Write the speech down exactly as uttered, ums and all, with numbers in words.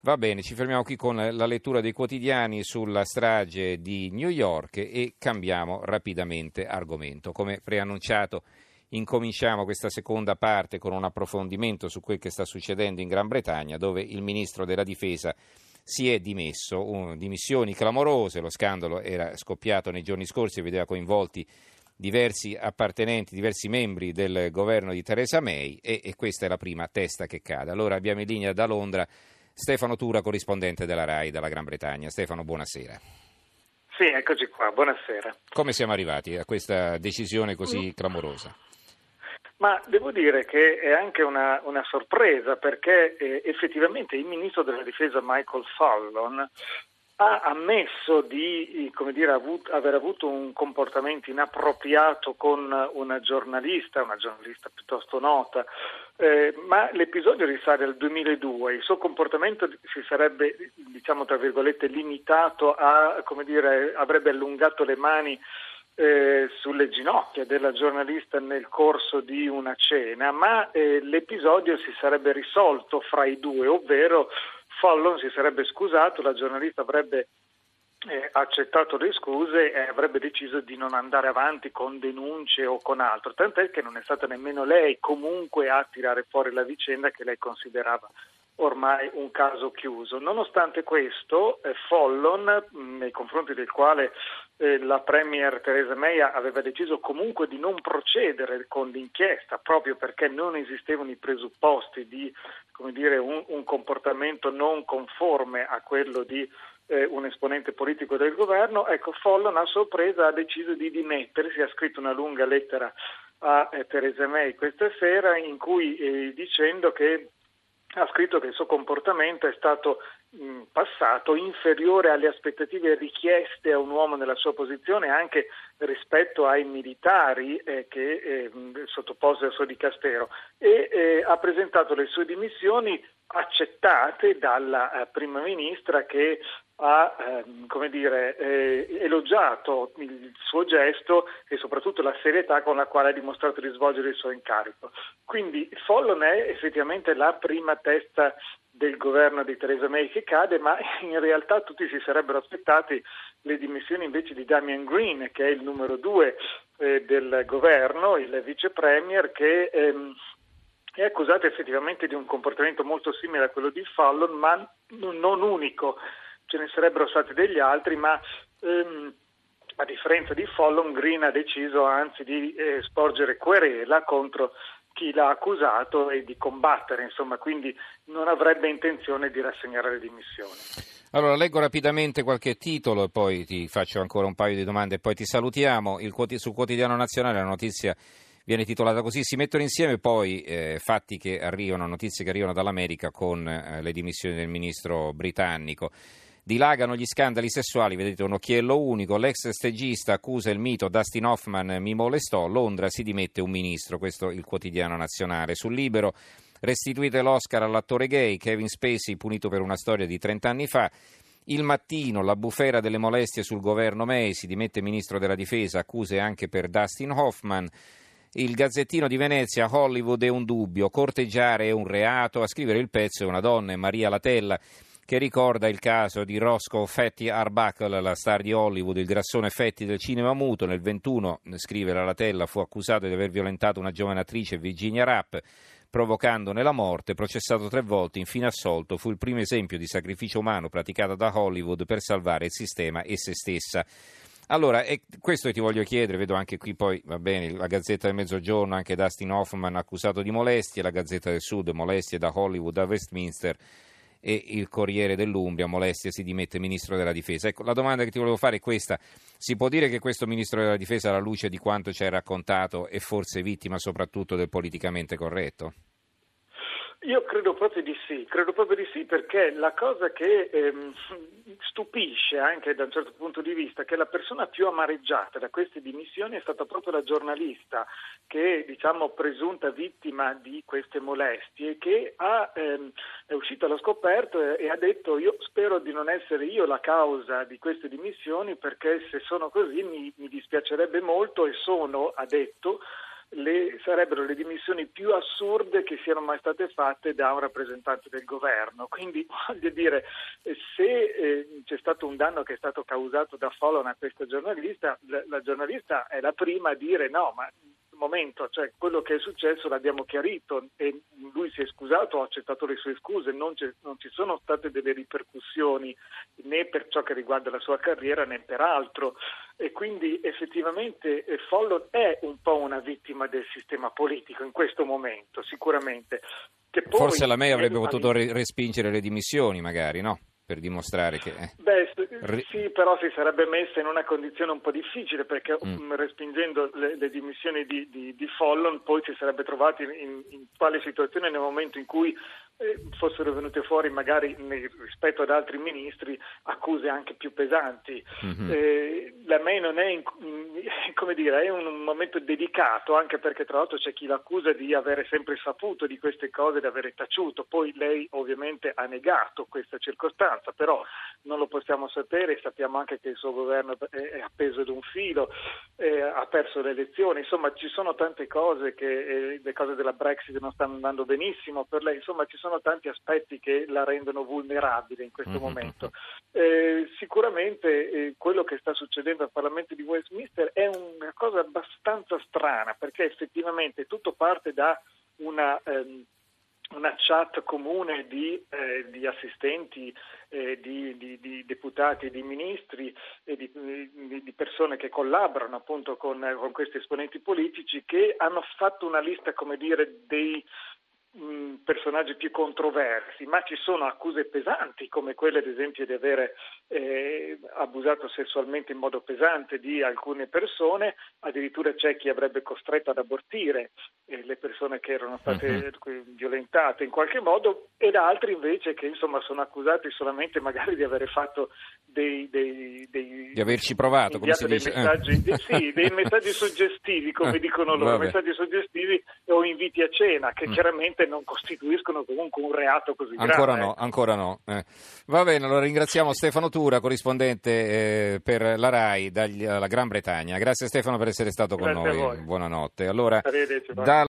Va bene, ci fermiamo qui con la lettura dei quotidiani sulla strage di New York e cambiamo rapidamente argomento. Come preannunciato, incominciamo questa seconda parte con un approfondimento su quel che sta succedendo in Gran Bretagna, dove il ministro della difesa si è dimesso, un, dimissioni clamorose. Lo scandalo era scoppiato nei giorni scorsi e vedeva coinvolti diversi appartenenti, diversi membri del governo di Theresa May e, e questa è la prima testa che cade. Allora abbiamo in linea da Londra Stefano Tura, corrispondente della RAI dalla Gran Bretagna. Stefano, buonasera. Sì, eccoci qua, buonasera. Come siamo arrivati a questa decisione così mm. clamorosa? Ma devo dire che è anche una, una sorpresa perché eh, effettivamente il ministro della difesa Michael Fallon ha ammesso di come dire, avut, aver avuto un comportamento inappropriato con una giornalista, una giornalista piuttosto nota, eh, ma l'episodio risale al duemiladue. Il suo comportamento si sarebbe, diciamo tra virgolette, limitato a, come dire, avrebbe allungato le mani eh, sulle ginocchia della giornalista nel corso di una cena, ma eh, l'episodio si sarebbe risolto fra i due, ovvero Fallon si sarebbe scusato, la giornalista avrebbe eh, accettato le scuse e avrebbe deciso di non andare avanti con denunce o con altro, tant'è che non è stata nemmeno lei comunque a tirare fuori la vicenda che lei considerava ormai un caso chiuso. Nonostante questo, eh, Fallon, mh, nei confronti del quale eh, la Premier Theresa May aveva deciso comunque di non procedere con l'inchiesta, proprio perché non esistevano i presupposti di, come dire, un, un comportamento non conforme a quello di eh, un esponente politico del governo, ecco, Fallon a sorpresa ha deciso di dimettersi, ha scritto una lunga lettera a eh, Theresa May questa sera in cui eh, dicendo che ha scritto che il suo comportamento è stato mh, passato inferiore alle aspettative richieste a un uomo nella sua posizione anche rispetto ai militari eh, che eh, sottoposti al suo dicastero e eh, ha presentato le sue dimissioni accettate dalla eh, prima ministra che ha eh, come dire, eh, elogiato il suo gesto e soprattutto la serietà con la quale ha dimostrato di svolgere il suo incarico. Quindi Fallon è effettivamente la prima testa del governo di Theresa May che cade, ma in realtà tutti si sarebbero aspettati le dimissioni invece di Damian Green, che è il numero due eh, del governo, il vice premier, che ehm, è accusato effettivamente di un comportamento molto simile a quello di Fallon, ma non unico. Ce ne sarebbero stati degli altri, ma ehm, a differenza di Fallon, Green ha deciso anzi di eh, sporgere querela contro chi l'ha accusato e di combattere, insomma, quindi non avrebbe intenzione di rassegnare le dimissioni. Allora, leggo rapidamente qualche titolo e poi ti faccio ancora un paio di domande e poi ti salutiamo. Il, sul Quotidiano Nazionale la notizia viene titolata così: si mettono insieme poi eh, fatti che arrivano, notizie che arrivano dall'America con eh, le dimissioni del ministro britannico. Dilagano gli scandali sessuali, vedete un occhiello unico, l'ex stagista accusa il mito Dustin Hoffman mi molestò, Londra si dimette un ministro, questo il Quotidiano Nazionale. Sul Libero, restituite l'Oscar all'attore gay, Kevin Spacey punito per una storia di trent'anni fa. Il Mattino, la bufera delle molestie sul governo May, si dimette ministro della difesa, accuse anche per Dustin Hoffman. Il Gazzettino di Venezia, Hollywood è un dubbio, corteggiare è un reato, a scrivere il pezzo è una donna, è Maria Latella, che ricorda il caso di Roscoe Fatty Arbuckle, la star di Hollywood, il grassone Fatty del cinema muto. Nel ventuno, scrive la Latella, fu accusato di aver violentato una giovane attrice, Virginia Rapp, provocandone la morte, processato tre volte, infine assolto. Fu il primo esempio di sacrificio umano praticato da Hollywood per salvare il sistema e se stessa. Allora, e questo ti voglio chiedere, vedo anche qui poi, va bene, la Gazzetta del Mezzogiorno, anche Dustin Hoffman accusato di molestie, la Gazzetta del Sud, molestie da Hollywood a Westminster, e il Corriere dell'Umbria, molestia, si dimette ministro della difesa. Ecco, la domanda che ti volevo fare è questa: si può dire che questo ministro della difesa, alla luce di quanto ci hai raccontato, è forse vittima soprattutto del politicamente corretto? Io credo proprio di sì, credo proprio di sì perché la cosa che ehm, stupisce anche da un certo punto di vista è che la persona più amareggiata da queste dimissioni è stata proprio la giornalista che, diciamo, presunta vittima di queste molestie, che ha, ehm, è uscita allo scoperto e, e ha detto: io spero di non essere io la causa di queste dimissioni, perché se sono così mi, mi dispiacerebbe molto e sono, ha detto, le, sarebbero le dimissioni più assurde che siano mai state fatte da un rappresentante del governo. Quindi voglio dire, se eh, c'è stato un danno che è stato causato da Fallon a questa giornalista, la, la giornalista è la prima a dire no, ma momento, cioè quello che è successo l'abbiamo chiarito e lui si è scusato, ha accettato le sue scuse, non, non ci sono state delle ripercussioni né per ciò che riguarda la sua carriera né per altro, e quindi effettivamente eh, Fallon è un po' una vittima del sistema politico in questo momento, sicuramente. Che poi, forse la May avrebbe potuto re- respingere le dimissioni magari, no? Per dimostrare che... Eh. Beh, sì, però si sarebbe messa in una condizione un po' difficile, perché mm. respingendo le, le dimissioni di, di, di Fallon poi si sarebbe trovati in, in quale situazione nel momento in cui eh, fossero venute fuori magari nei, rispetto ad altri ministri accuse anche più pesanti. Mm-hmm. Eh, la May non è, in, in, come dire, è un, un momento delicato, anche perché tra l'altro c'è chi l'accusa di avere sempre saputo di queste cose, di avere taciuto, poi lei ovviamente ha negato questa circostanza, però non lo possiamo sapere, sappiamo anche che il suo governo è appeso ad un filo, eh, ha perso le elezioni, insomma ci sono tante cose che eh, le cose della Brexit non stanno andando benissimo per lei, insomma ci sono tanti aspetti che la rendono vulnerabile in questo mm-hmm. momento. Eh, sicuramente eh, quello che sta succedendo al Parlamento di Westminster è una cosa abbastanza strana, perché effettivamente tutto parte da una ehm, una chat comune di, eh, di assistenti, eh, di, di, di deputati e di ministri e di, di, di persone che collaborano appunto con, con questi esponenti politici, che hanno fatto una lista, come dire, dei mh, personaggi più controversi, ma ci sono accuse pesanti come quelle ad esempio di avere eh, abusato sessualmente in modo pesante di alcune persone, addirittura c'è chi avrebbe costretto ad abortire eh, le persone che erano state uh-huh. violentate in qualche modo, ed altri invece che insomma sono accusati solamente magari di avere fatto dei, dei, dei di averci provato, come si dei dice. messaggi, eh. sì, dei messaggi suggestivi, come dicono loro, Vabbè. messaggi suggestivi o inviti a cena, che mm. chiaramente non costituiscono comunque un reato così ancora grave. No, ancora no. Eh. Va bene, allora ringraziamo Stefano Tura, corrispondente eh, per la RAI dalla Gran Bretagna. Grazie Stefano per essere stato con Grazie noi. Buonanotte. Allora, da